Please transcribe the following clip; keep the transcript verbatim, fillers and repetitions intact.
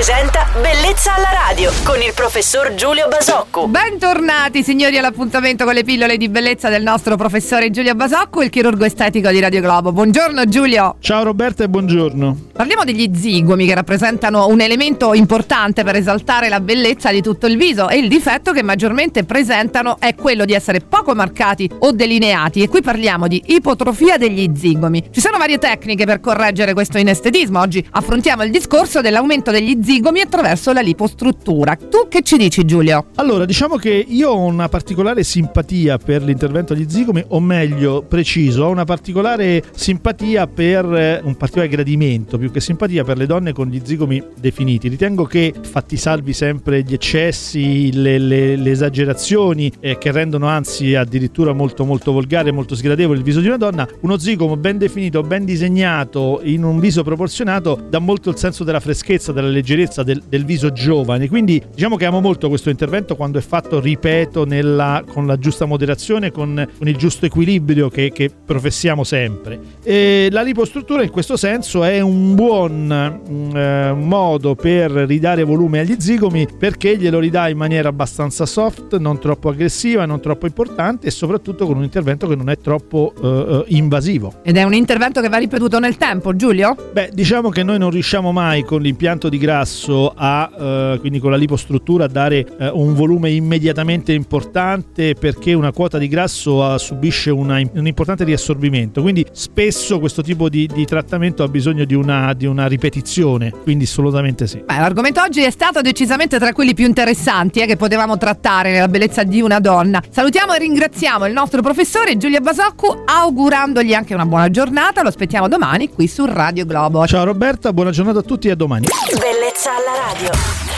presenta Bellezza alla radio con il professor Giulio Basocco. Bentornati signori all'appuntamento con le pillole di bellezza del nostro professore Giulio Basocco, il chirurgo estetico di Radio Globo. Buongiorno Giulio. Ciao Roberta e buongiorno. Parliamo degli zigomi, che rappresentano un elemento importante per esaltare la bellezza di tutto il viso, e il difetto che maggiormente presentano è quello di essere poco marcati o delineati, e qui parliamo di ipotrofia degli zigomi. Ci sono varie tecniche per correggere questo inestetismo. Oggi affrontiamo il discorso dell'aumento degli zigomi attraverso la lipostruttura. Tu che ci dici Giulio? Allora, diciamo che io ho una particolare simpatia per l'intervento agli zigomi, o meglio, preciso, ho una particolare simpatia per eh, un particolare gradimento, più che simpatia, per le donne con gli zigomi definiti. Ritengo che, fatti salvi sempre gli eccessi, le, le, le esagerazioni eh, che rendono anzi addirittura molto molto volgare, molto sgradevole il viso di una donna, uno zigomo ben definito, ben disegnato, in un viso proporzionato, dà molto il senso della freschezza, della leggerezza del, del viso giovane. Quindi diciamo che amo molto questo intervento quando è fatto, ripeto, nella, con la giusta moderazione, con, con il giusto equilibrio che, che professiamo sempre. E la lipostruttura in questo senso è un buon eh, modo per ridare volume agli zigomi, perché glielo ridà in maniera abbastanza soft, non troppo aggressiva, non troppo importante, e soprattutto con un intervento che non è troppo eh, invasivo. Ed è un intervento che va ripetuto nel tempo, Giulio? Beh, diciamo che noi non riusciamo mai con l'impianto di grasso a eh, quindi con la lipostruttura a dare eh, un volume immediatamente importante, perché una quota di grasso uh, subisce una, un importante riassorbimento, quindi spesso questo tipo di, di trattamento ha bisogno di una, di una ripetizione, quindi assolutamente sì. Beh, l'argomento oggi è stato decisamente tra quelli più interessanti eh, che potevamo trattare nella bellezza di una donna. Salutiamo e ringraziamo il nostro professore Giulio Basocco, augurandogli anche una buona giornata. Lo aspettiamo domani qui su Radio Globo. Ciao Roberta, buona giornata a tutti e a domani. Bellezza alla radio.